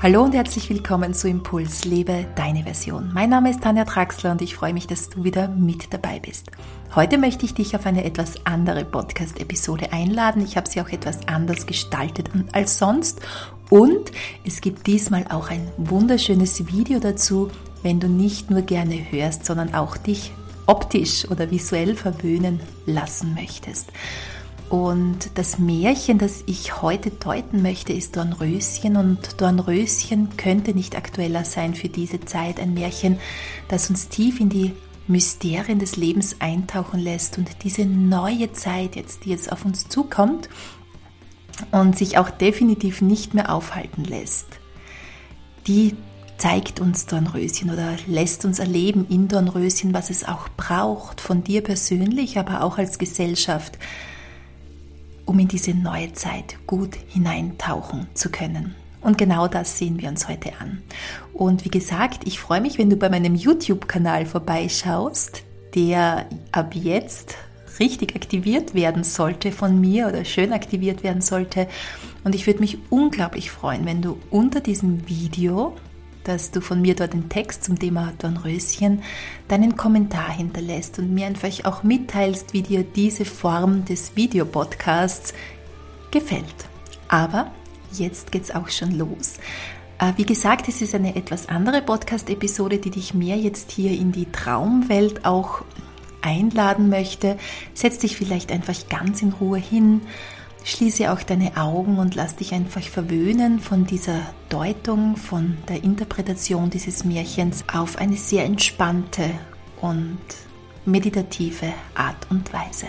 Hallo und herzlich willkommen zu Impuls, lebe deine Version. Mein Name ist Tanja Traxler und ich freue mich, dass du wieder mit dabei bist. Heute möchte ich dich auf eine etwas andere Podcast-Episode einladen. Ich habe sie auch etwas anders gestaltet als sonst und es gibt diesmal auch ein wunderschönes Video dazu, wenn du nicht nur gerne hörst, sondern auch dich optisch oder visuell verwöhnen lassen möchtest. Und das Märchen, das ich heute deuten möchte, ist Dornröschen. Und Dornröschen könnte nicht aktueller sein für diese Zeit. Ein Märchen, das uns tief in die Mysterien des Lebens eintauchen lässt und diese neue Zeit jetzt, die jetzt auf uns zukommt und sich auch definitiv nicht mehr aufhalten lässt, die zeigt uns Dornröschen oder lässt uns erleben in Dornröschen, was es auch braucht, von dir persönlich, aber auch als Gesellschaft, um in diese neue Zeit gut hineintauchen zu können. Und genau das sehen wir uns heute an. Und wie gesagt, ich freue mich, wenn du bei meinem YouTube-Kanal vorbeischaust, der ab jetzt richtig aktiviert werden sollte von mir oder schön aktiviert werden sollte. Und ich würde mich unglaublich freuen, wenn du unter diesem Video, dass du von mir dort den Text zum Thema Dornröschen, deinen Kommentar hinterlässt und mir einfach auch mitteilst, wie dir diese Form des Videopodcasts gefällt. Aber jetzt geht's auch schon los. Wie gesagt, es ist eine etwas andere Podcast-Episode, die dich mehr jetzt hier in die Traumwelt auch einladen möchte. Setz dich vielleicht einfach ganz in Ruhe hin. Schließe auch deine Augen und lass dich einfach verwöhnen von dieser Deutung, von der Interpretation dieses Märchens auf eine sehr entspannte und meditative Art und Weise.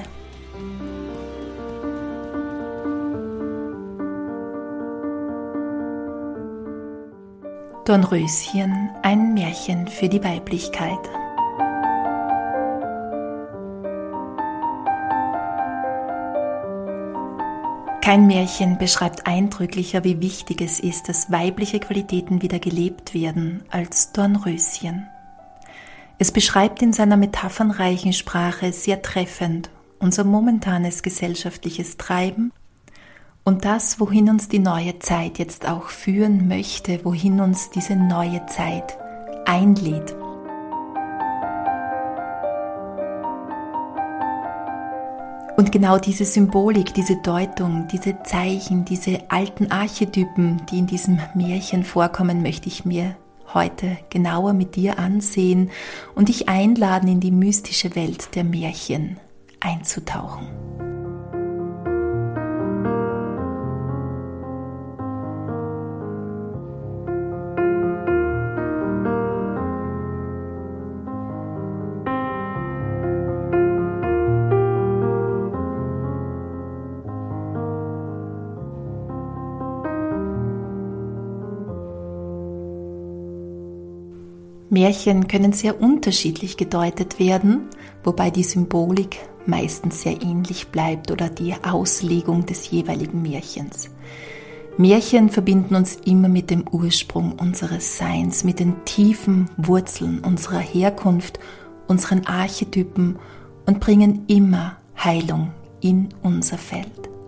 Dornröschen, ein Märchen für die Weiblichkeit. Kein Märchen beschreibt eindrücklicher, wie wichtig es ist, dass weibliche Qualitäten wieder gelebt werden, als Dornröschen. Es beschreibt in seiner metaphernreichen Sprache sehr treffend unser momentanes gesellschaftliches Treiben und das, wohin uns die neue Zeit jetzt auch führen möchte, wohin uns diese neue Zeit einlädt. Und genau diese Symbolik, diese Deutung, diese Zeichen, diese alten Archetypen, die in diesem Märchen vorkommen, möchte ich mir heute genauer mit dir ansehen und dich einladen, in die mystische Welt der Märchen einzutauchen. Märchen können sehr unterschiedlich gedeutet werden, wobei die Symbolik meistens sehr ähnlich bleibt oder die Auslegung des jeweiligen Märchens. Märchen verbinden uns immer mit dem Ursprung unseres Seins, mit den tiefen Wurzeln unserer Herkunft, unseren Archetypen und bringen immer Heilung in unser Feld.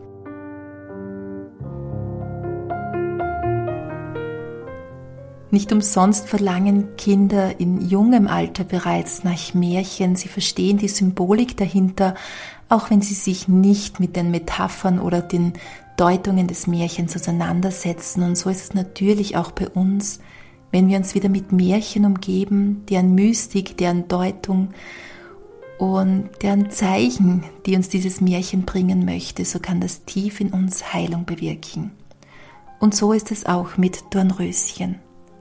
Nicht umsonst verlangen Kinder in jungem Alter bereits nach Märchen. Sie verstehen die Symbolik dahinter, auch wenn sie sich nicht mit den Metaphern oder den Deutungen des Märchens auseinandersetzen. Und so ist es natürlich auch bei uns, wenn wir uns wieder mit Märchen umgeben, deren Mystik, deren Deutung und deren Zeichen, die uns dieses Märchen bringen möchte, so kann das tief in uns Heilung bewirken. Und so ist es auch mit Dornröschen.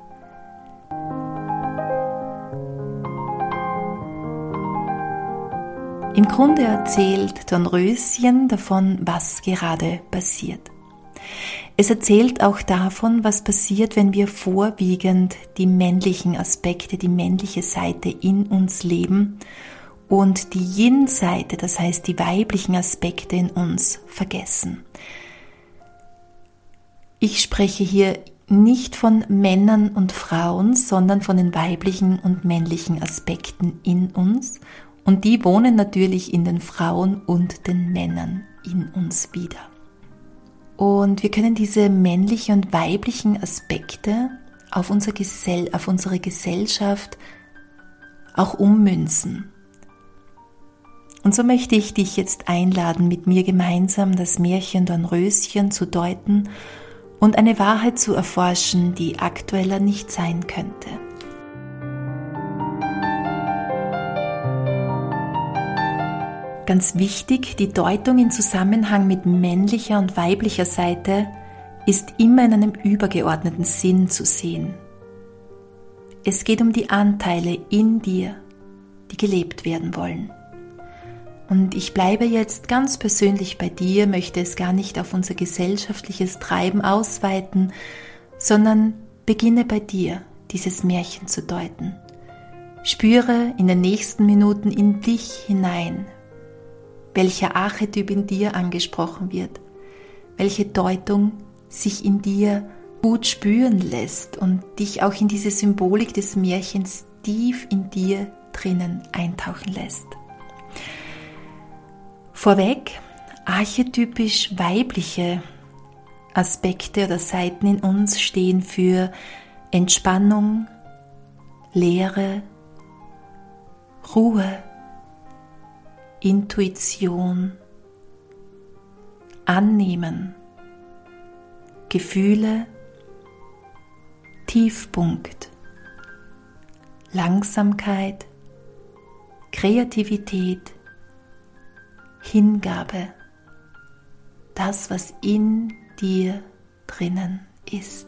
Im Grunde erzählt Dornröschen davon, was gerade passiert. Es erzählt auch davon, was passiert, wenn wir vorwiegend die männlichen Aspekte, die männliche Seite in uns leben und die Yin-Seite, das heißt die weiblichen Aspekte in uns, vergessen. Ich spreche hier nicht von Männern und Frauen, sondern von den weiblichen und männlichen Aspekten in uns. Und die wohnen natürlich in den Frauen und den Männern in uns wieder. Und wir können diese männlichen und weiblichen Aspekte auf unsere Gesellschaft auch ummünzen. Und so möchte ich dich jetzt einladen, mit mir gemeinsam das Märchen Dornröschen zu deuten und eine Wahrheit zu erforschen, die aktueller nicht sein könnte. Ganz wichtig, die Deutung in Zusammenhang mit männlicher und weiblicher Seite ist immer in einem übergeordneten Sinn zu sehen. Es geht um die Anteile in dir, die gelebt werden wollen. Und ich bleibe jetzt ganz persönlich bei dir, möchte es gar nicht auf unser gesellschaftliches Treiben ausweiten, sondern beginne bei dir, dieses Märchen zu deuten. Spüre in den nächsten Minuten in dich hinein, welcher Archetyp in dir angesprochen wird, welche Deutung sich in dir gut spüren lässt und dich auch in diese Symbolik des Märchens tief in dir drinnen eintauchen lässt. Vorweg, archetypisch weibliche Aspekte oder Seiten in uns stehen für Entspannung, Leere, Ruhe, Intuition, Annehmen, Gefühle, Tiefpunkt, Langsamkeit, Kreativität, Hingabe, das, was in dir drinnen ist.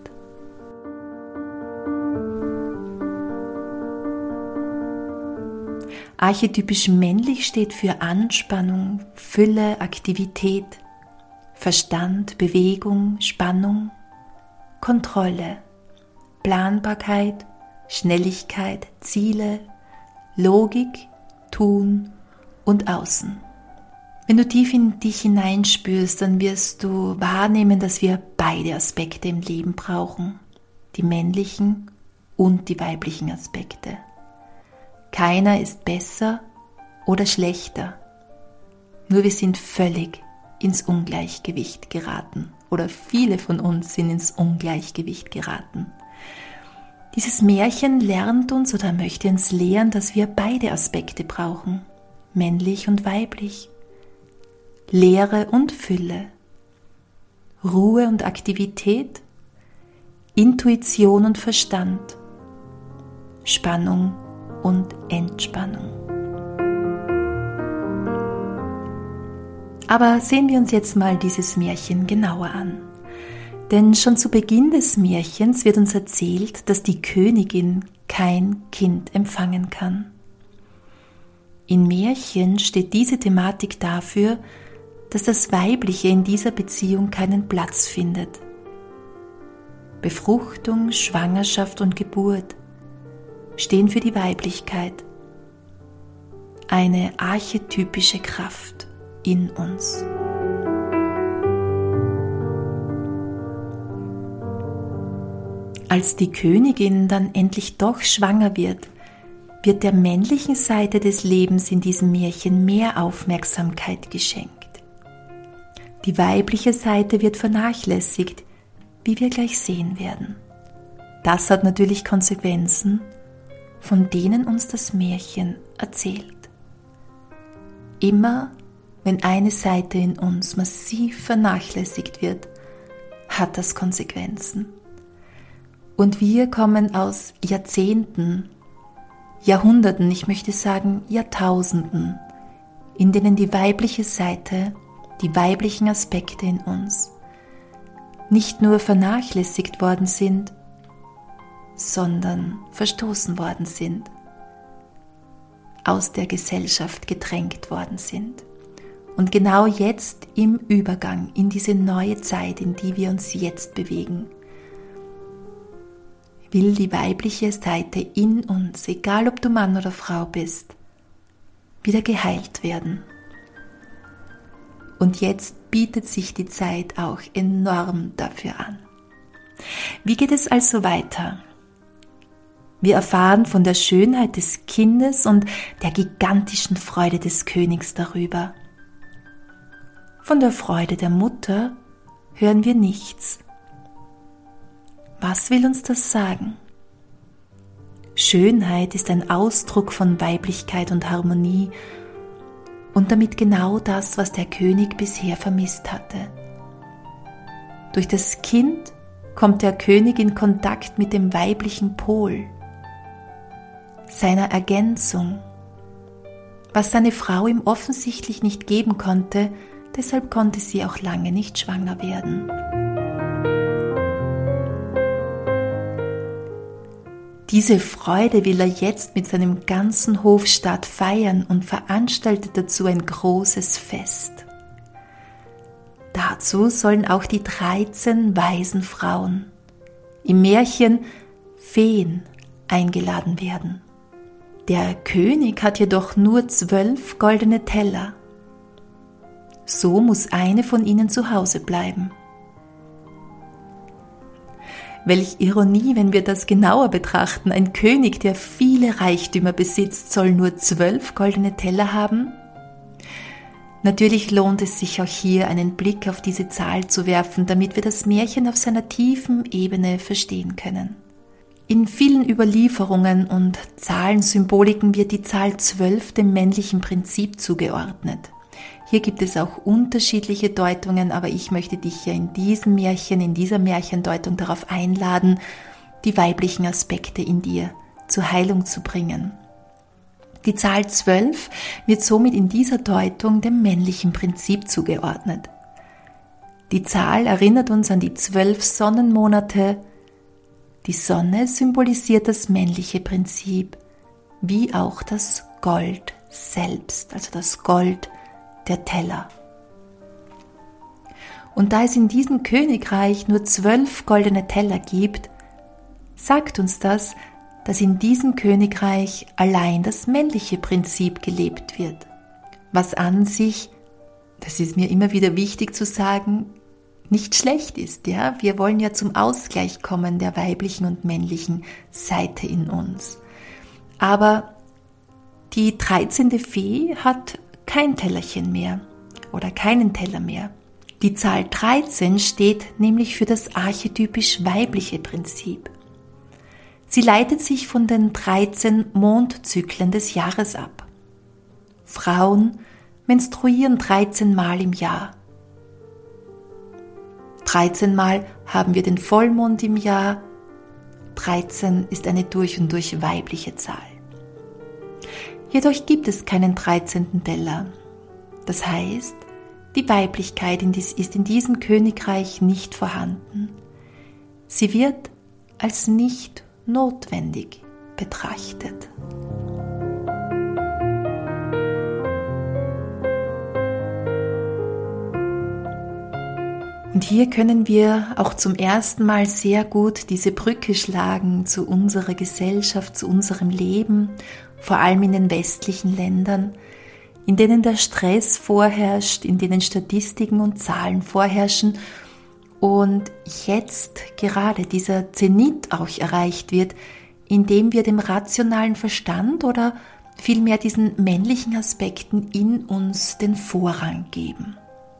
Archetypisch männlich steht für Anspannung, Fülle, Aktivität, Verstand, Bewegung, Spannung, Kontrolle, Planbarkeit, Schnelligkeit, Ziele, Logik, Tun und Außen. Wenn du tief in dich hineinspürst, dann wirst du wahrnehmen, dass wir beide Aspekte im Leben brauchen, die männlichen und die weiblichen Aspekte. Keiner ist besser oder schlechter, nur wir sind völlig ins Ungleichgewicht geraten oder viele von uns sind ins Ungleichgewicht geraten. Dieses Märchen lernt uns oder möchte uns lehren, dass wir beide Aspekte brauchen, männlich und weiblich, Leere und Fülle, Ruhe und Aktivität, Intuition und Verstand, Spannung und Entspannung. Aber sehen wir uns jetzt mal dieses Märchen genauer an. Denn schon zu Beginn des Märchens wird uns erzählt, dass die Königin kein Kind empfangen kann. In Märchen steht diese Thematik dafür, dass das Weibliche in dieser Beziehung keinen Platz findet. Befruchtung, Schwangerschaft und Geburt stehen für die Weiblichkeit, eine archetypische Kraft in uns. Als die Königin dann endlich doch schwanger wird der männlichen Seite des Lebens in diesem Märchen mehr Aufmerksamkeit geschenkt. Die weibliche Seite wird vernachlässigt, wie wir gleich sehen werden. Das hat natürlich Konsequenzen, von denen uns das Märchen erzählt. Immer wenn eine Seite in uns massiv vernachlässigt wird, hat das Konsequenzen. Und wir kommen aus Jahrzehnten, Jahrhunderten, ich möchte sagen Jahrtausenden, in denen die weibliche Seite, die weiblichen Aspekte in uns nicht nur vernachlässigt worden sind, sondern verstoßen worden sind, aus der Gesellschaft gedrängt worden sind. Und genau jetzt im Übergang in diese neue Zeit, in die wir uns jetzt bewegen, will die weibliche Seite in uns, egal ob du Mann oder Frau bist, wieder geheilt werden. Und jetzt bietet sich die Zeit auch enorm dafür an. Wie geht es also weiter? Wir erfahren von der Schönheit des Kindes und der gigantischen Freude des Königs darüber. Von der Freude der Mutter hören wir nichts. Was will uns das sagen? Schönheit ist ein Ausdruck von Weiblichkeit und Harmonie und damit genau das, was der König bisher vermisst hatte. Durch das Kind kommt der König in Kontakt mit dem weiblichen Pol, seiner Ergänzung, was seine Frau ihm offensichtlich nicht geben konnte, deshalb konnte sie auch lange nicht schwanger werden. Diese Freude will er jetzt mit seinem ganzen Hofstaat feiern und veranstaltet dazu ein großes Fest. Dazu sollen auch die 13 weisen Frauen, im Märchen Feen, eingeladen werden. Der König hat jedoch nur 12 goldene Teller. So muss eine von ihnen zu Hause bleiben. Welch Ironie, wenn wir das genauer betrachten. Ein König, der viele Reichtümer besitzt, soll nur 12 goldene Teller haben? Natürlich lohnt es sich auch hier, einen Blick auf diese Zahl zu werfen, damit wir das Märchen auf seiner tiefen Ebene verstehen können. In vielen Überlieferungen und Zahlensymboliken wird die Zahl 12 dem männlichen Prinzip zugeordnet. Hier gibt es auch unterschiedliche Deutungen, aber ich möchte dich ja in diesem Märchen, in dieser Märchendeutung darauf einladen, die weiblichen Aspekte in dir zur Heilung zu bringen. Die Zahl 12 wird somit in dieser Deutung dem männlichen Prinzip zugeordnet. Die Zahl erinnert uns an die 12 Sonnenmonate. Die Sonne symbolisiert das männliche Prinzip, wie auch das Gold selbst, also das Gold der Teller. Und da es in diesem Königreich nur 12 goldene Teller gibt, sagt uns das, dass in diesem Königreich allein das männliche Prinzip gelebt wird. Was an sich, das ist mir immer wieder wichtig zu sagen, nicht schlecht ist. Ja? Wir wollen ja zum Ausgleich kommen der weiblichen und männlichen Seite in uns. Aber die 13. Fee hat kein Tellerchen mehr oder keinen Teller mehr. Die Zahl 13 steht nämlich für das archetypisch weibliche Prinzip. Sie leitet sich von den 13 Mondzyklen des Jahres ab. Frauen menstruieren 13 Mal im Jahr. 13 Mal haben wir den Vollmond im Jahr. 13 ist eine durch und durch weibliche Zahl. Jedoch gibt es keinen 13. Teller. Das heißt, die Weiblichkeit ist in diesem Königreich nicht vorhanden. Sie wird als nicht notwendig betrachtet. Und hier können wir auch zum ersten Mal sehr gut diese Brücke schlagen zu unserer Gesellschaft, zu unserem Leben, vor allem in den westlichen Ländern, in denen der Stress vorherrscht, in denen Statistiken und Zahlen vorherrschen und jetzt gerade dieser Zenit auch erreicht wird, indem wir dem rationalen Verstand oder vielmehr diesen männlichen Aspekten in uns den Vorrang geben.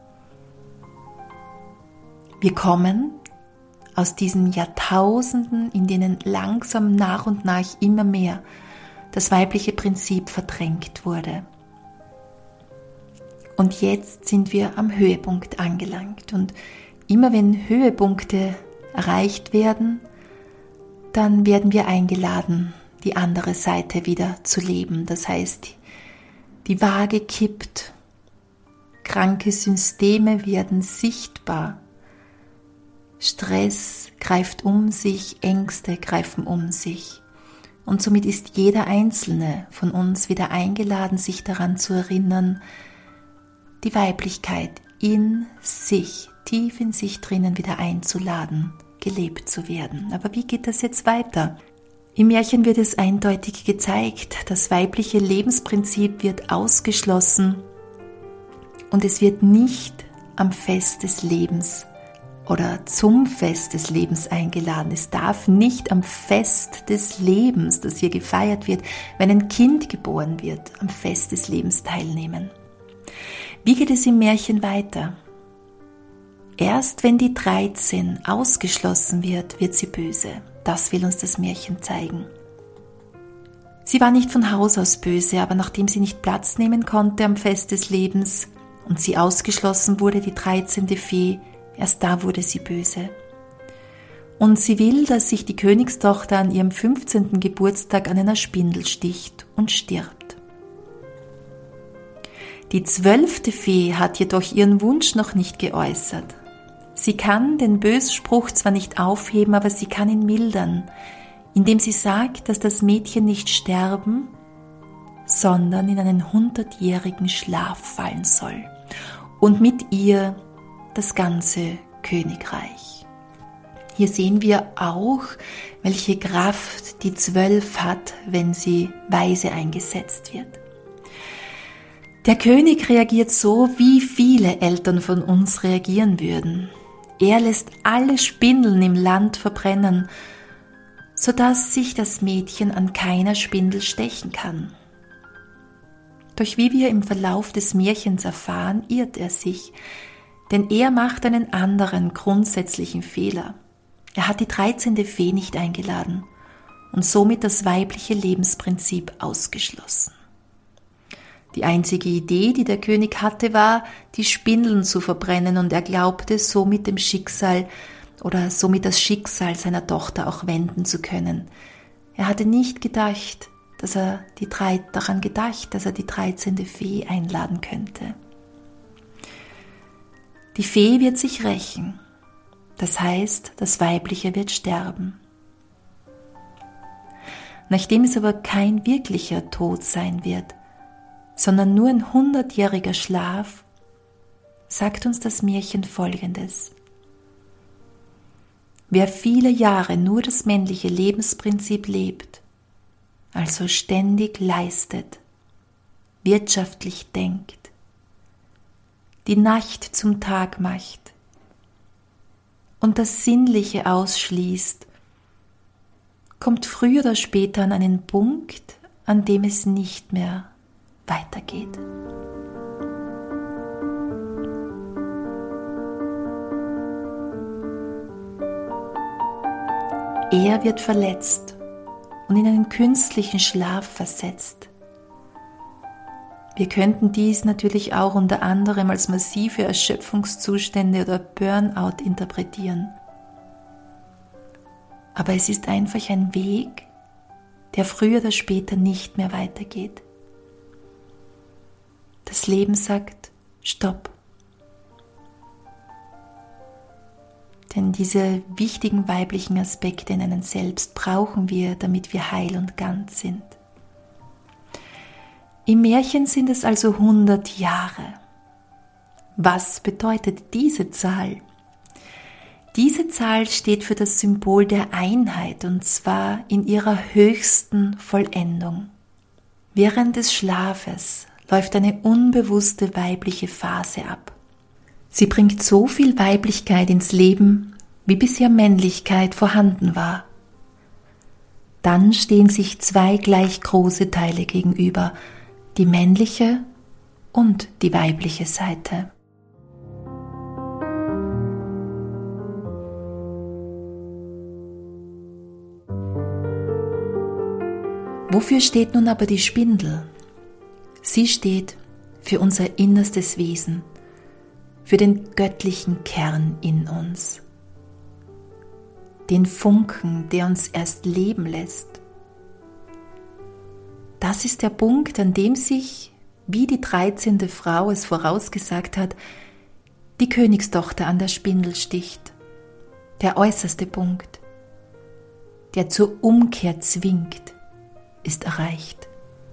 Wir kommen aus diesen Jahrtausenden, in denen langsam nach und nach immer mehr das weibliche Prinzip verdrängt wurde. Und jetzt sind wir am Höhepunkt angelangt. Und immer wenn Höhepunkte erreicht werden, dann werden wir eingeladen, die andere Seite wieder zu leben. Das heißt, die Waage kippt, kranke Systeme werden sichtbar, Stress greift um sich, Ängste greifen um sich. Und somit ist jeder Einzelne von uns wieder eingeladen, sich daran zu erinnern, die Weiblichkeit in sich, tief in sich drinnen wieder einzuladen, gelebt zu werden. Aber wie geht das jetzt weiter? Im Märchen wird es eindeutig gezeigt, das weibliche Lebensprinzip wird ausgeschlossen und es wird nicht am Fest des Lebens oder zum Fest des Lebens eingeladen. Es darf nicht am Fest des Lebens, das hier gefeiert wird, wenn ein Kind geboren wird, am Fest des Lebens teilnehmen. Wie geht es im Märchen weiter? Erst wenn die 13 ausgeschlossen wird, wird sie böse. Das will uns das Märchen zeigen. Sie war nicht von Haus aus böse, aber nachdem sie nicht Platz nehmen konnte am Fest des Lebens und sie ausgeschlossen wurde, die 13. Fee, erst da wurde sie böse. Und sie will, dass sich die Königstochter an ihrem 15. Geburtstag an einer Spindel sticht und stirbt. Die 12. Fee hat jedoch ihren Wunsch noch nicht geäußert. Sie kann den Bösspruch zwar nicht aufheben, aber sie kann ihn mildern, indem sie sagt, dass das Mädchen nicht sterben, sondern in einen 100-jährigen Schlaf fallen soll und mit ihr das ganze Königreich. Hier sehen wir auch, welche Kraft die 12 hat, wenn sie weise eingesetzt wird. Der König reagiert so, wie viele Eltern von uns reagieren würden. Er lässt alle Spindeln im Land verbrennen, sodass sich das Mädchen an keiner Spindel stechen kann. Doch wie wir im Verlauf des Märchens erfahren, irrt er sich, denn er macht einen anderen grundsätzlichen Fehler. Er hat die 13. Fee nicht eingeladen und somit das weibliche Lebensprinzip ausgeschlossen. Die einzige Idee, die der König hatte, war, die Spindeln zu verbrennen, und er glaubte, somit das Schicksal seiner Tochter auch wenden zu können. Er hatte nicht gedacht, dass er die 13. Fee einladen könnte. Die Fee wird sich rächen. Das heißt, das Weibliche wird sterben. Nachdem es aber kein wirklicher Tod sein wird, sondern nur ein 100-jähriger Schlaf, sagt uns das Märchen Folgendes. Wer viele Jahre nur das männliche Lebensprinzip lebt, also ständig leistet, wirtschaftlich denkt, die Nacht zum Tag macht und das Sinnliche ausschließt, kommt früher oder später an einen Punkt, an dem es nicht mehr weitergeht. Er wird verletzt und in einen künstlichen Schlaf versetzt. Wir könnten dies natürlich auch unter anderem als massive Erschöpfungszustände oder Burnout interpretieren. Aber es ist einfach ein Weg, der früher oder später nicht mehr weitergeht. Das Leben sagt Stopp. Denn diese wichtigen weiblichen Aspekte in einem Selbst brauchen wir, damit wir heil und ganz sind. Im Märchen sind es also 100 Jahre. Was bedeutet diese Zahl? Diese Zahl steht für das Symbol der Einheit, und zwar in ihrer höchsten Vollendung. Während des Schlafes läuft eine unbewusste weibliche Phase ab. Sie bringt so viel Weiblichkeit ins Leben, wie bisher Männlichkeit vorhanden war. Dann stehen sich zwei gleich große Teile gegenüber, die männliche und die weibliche Seite. Wofür steht nun aber die Spindel? Sie steht für unser innerstes Wesen, für den göttlichen Kern in uns, den Funken, der uns erst leben lässt. Das ist der Punkt, an dem sich, wie die 13. Frau es vorausgesagt hat, die Königstochter an der Spindel sticht. Der äußerste Punkt, der zur Umkehr zwingt, ist erreicht.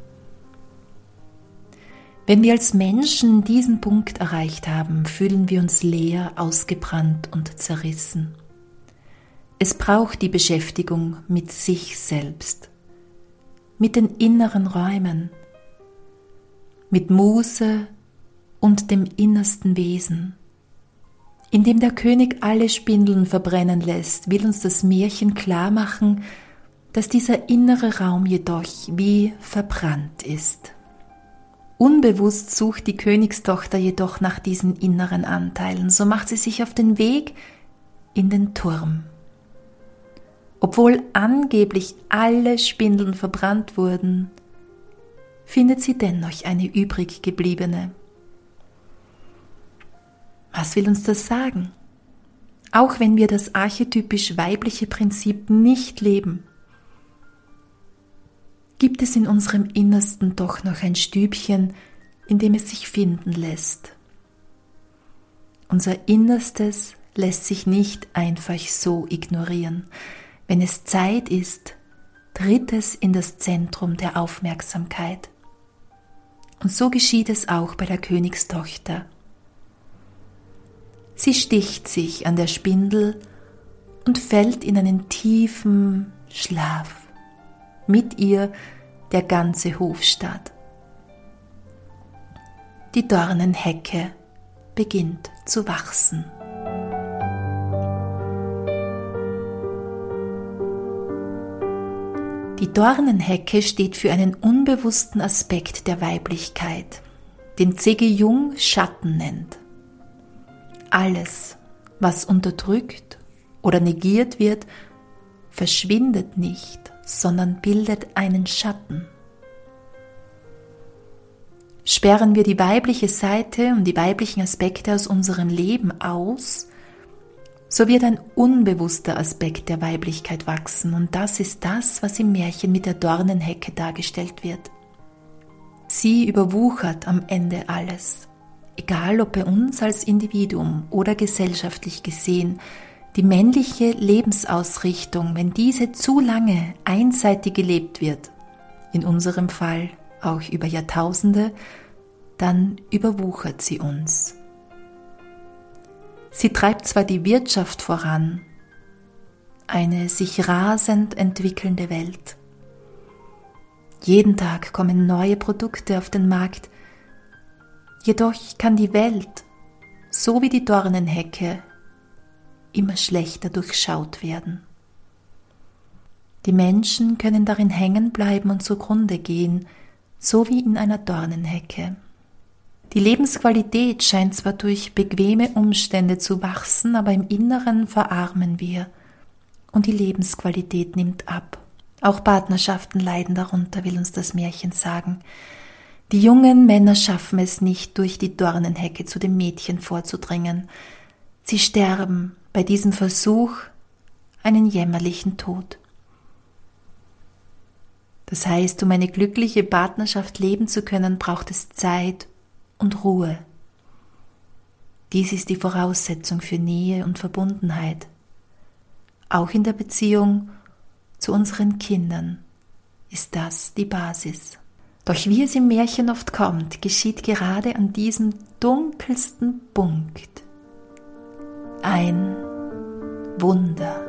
Wenn wir als Menschen diesen Punkt erreicht haben, fühlen wir uns leer, ausgebrannt und zerrissen. Es braucht die Beschäftigung mit sich selbst, mit den inneren Räumen, mit Muße und dem innersten Wesen. Indem der König alle Spindeln verbrennen lässt, will uns das Märchen klar machen, dass dieser innere Raum jedoch wie verbrannt ist. Unbewusst sucht die Königstochter jedoch nach diesen inneren Anteilen. So macht sie sich auf den Weg in den Turm. Obwohl angeblich alle Spindeln verbrannt wurden, findet sie dennoch eine übrig gebliebene. Was will uns das sagen? Auch wenn wir das archetypisch weibliche Prinzip nicht leben, gibt es in unserem Innersten doch noch ein Stübchen, in dem es sich finden lässt. Unser Innerstes lässt sich nicht einfach so ignorieren. Wenn es Zeit ist, tritt es in das Zentrum der Aufmerksamkeit. Und so geschieht es auch bei der Königstochter. Sie sticht sich an der Spindel und fällt in einen tiefen Schlaf. Mit ihr der ganze Hofstaat. Die Dornenhecke beginnt zu wachsen. Die Dornenhecke steht für einen unbewussten Aspekt der Weiblichkeit, den C.G. Jung Schatten nennt. Alles, was unterdrückt oder negiert wird, verschwindet nicht, sondern bildet einen Schatten. Sperren wir die weibliche Seite und die weiblichen Aspekte aus unserem Leben aus, so wird ein unbewusster Aspekt der Weiblichkeit wachsen, und das ist das, was im Märchen mit der Dornenhecke dargestellt wird. Sie überwuchert am Ende alles, egal ob bei uns als Individuum oder gesellschaftlich gesehen. Die männliche Lebensausrichtung, wenn diese zu lange einseitig gelebt wird, in unserem Fall auch über Jahrtausende, dann überwuchert sie uns. Sie treibt zwar die Wirtschaft voran, eine sich rasend entwickelnde Welt. Jeden Tag kommen neue Produkte auf den Markt, jedoch kann die Welt, so wie die Dornenhecke, immer schlechter durchschaut werden. Die Menschen können darin hängen bleiben und zugrunde gehen, so wie in einer Dornenhecke. Die Lebensqualität scheint zwar durch bequeme Umstände zu wachsen, aber im Inneren verarmen wir und die Lebensqualität nimmt ab. Auch Partnerschaften leiden darunter, will uns das Märchen sagen. Die jungen Männer schaffen es nicht, durch die Dornenhecke zu dem Mädchen vorzudringen. Sie sterben bei diesem Versuch einen jämmerlichen Tod. Das heißt, um eine glückliche Partnerschaft leben zu können, braucht es Zeit und Ruhe. Dies ist die Voraussetzung für Nähe und Verbundenheit. Auch in der Beziehung zu unseren Kindern ist das die Basis. Doch wie es im Märchen oft kommt, geschieht gerade an diesem dunkelsten Punkt ein Wunder.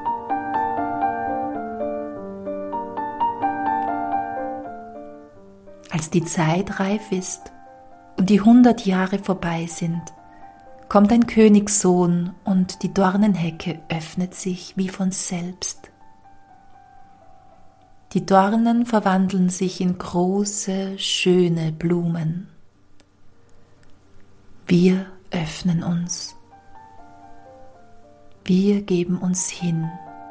Als die Zeit reif ist und die 100 Jahre vorbei sind, kommt ein Königssohn und die Dornenhecke öffnet sich wie von selbst. Die Dornen verwandeln sich in große, schöne Blumen. Wir öffnen uns. Wir geben uns hin.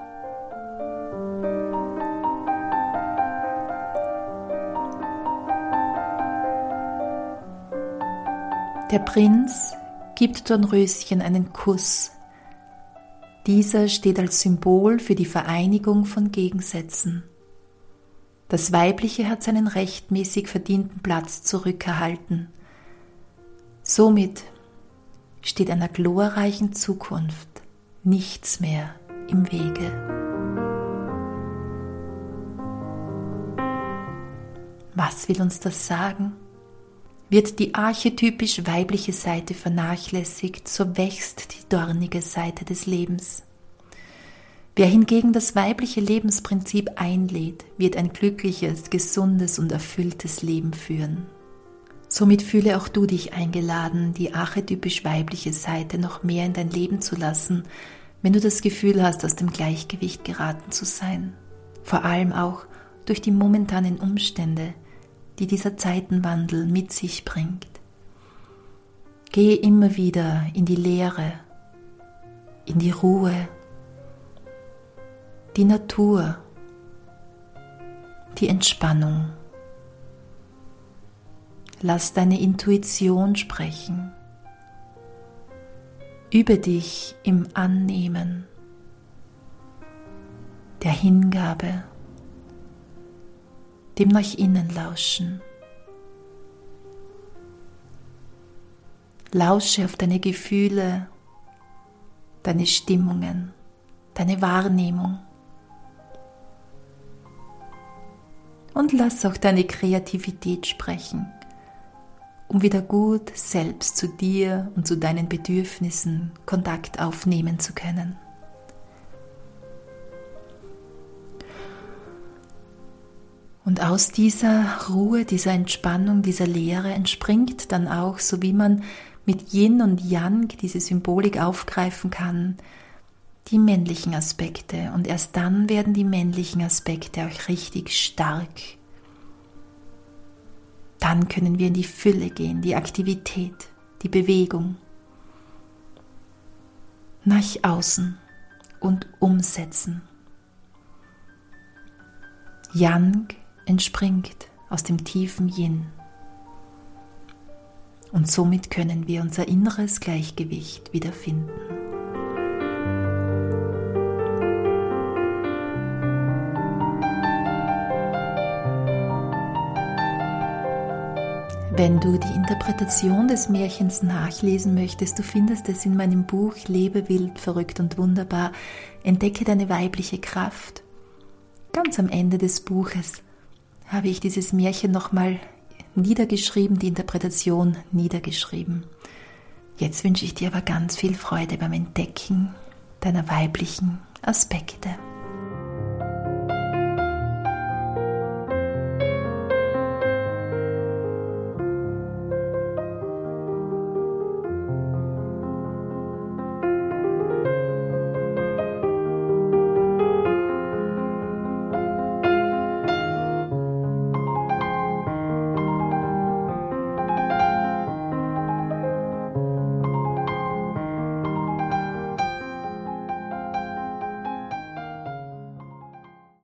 Der Prinz gibt Dornröschen einen Kuss. Dieser steht als Symbol für die Vereinigung von Gegensätzen. Das Weibliche hat seinen rechtmäßig verdienten Platz zurückerhalten. Somit steht einer glorreichen Zukunft nichts mehr im Wege. Was will uns das sagen? Wird die archetypisch weibliche Seite vernachlässigt, so wächst die dornige Seite des Lebens. Wer hingegen das weibliche Lebensprinzip einlädt, wird ein glückliches, gesundes und erfülltes Leben führen. Somit fühle auch du dich eingeladen, die archetypisch weibliche Seite noch mehr in dein Leben zu lassen, wenn du das Gefühl hast, aus dem Gleichgewicht geraten zu sein. Vor allem auch durch die momentanen Umstände, die dieser Zeitenwandel mit sich bringt. Gehe immer wieder in die Leere, in die Ruhe, die Natur, die Entspannung. Lass deine Intuition sprechen. Übe dich im Annehmen, der Hingabe, dem nach innen lauschen. Lausche auf deine Gefühle, deine Stimmungen, deine Wahrnehmung. Und lass auch deine Kreativität sprechen, um wieder gut selbst zu dir und zu deinen Bedürfnissen Kontakt aufnehmen zu können. Und aus dieser Ruhe, dieser Entspannung, dieser Leere entspringt dann auch, so wie man mit Yin und Yang diese Symbolik aufgreifen kann, die männlichen Aspekte. Und erst dann werden die männlichen Aspekte auch richtig stark. Dann können wir in die Fülle gehen, die Aktivität, die Bewegung. Nach außen und umsetzen. Yang entspringt aus dem tiefen Yin. Und somit können wir unser inneres Gleichgewicht wiederfinden. Wenn du die Interpretation des Märchens nachlesen möchtest, du findest es in meinem Buch Lebe wild, verrückt und wunderbar. Entdecke deine weibliche Kraft. Ganz am Ende des Buches habe ich dieses Märchen nochmal niedergeschrieben, die Interpretation niedergeschrieben. Jetzt wünsche ich dir aber ganz viel Freude beim Entdecken deiner weiblichen Aspekte.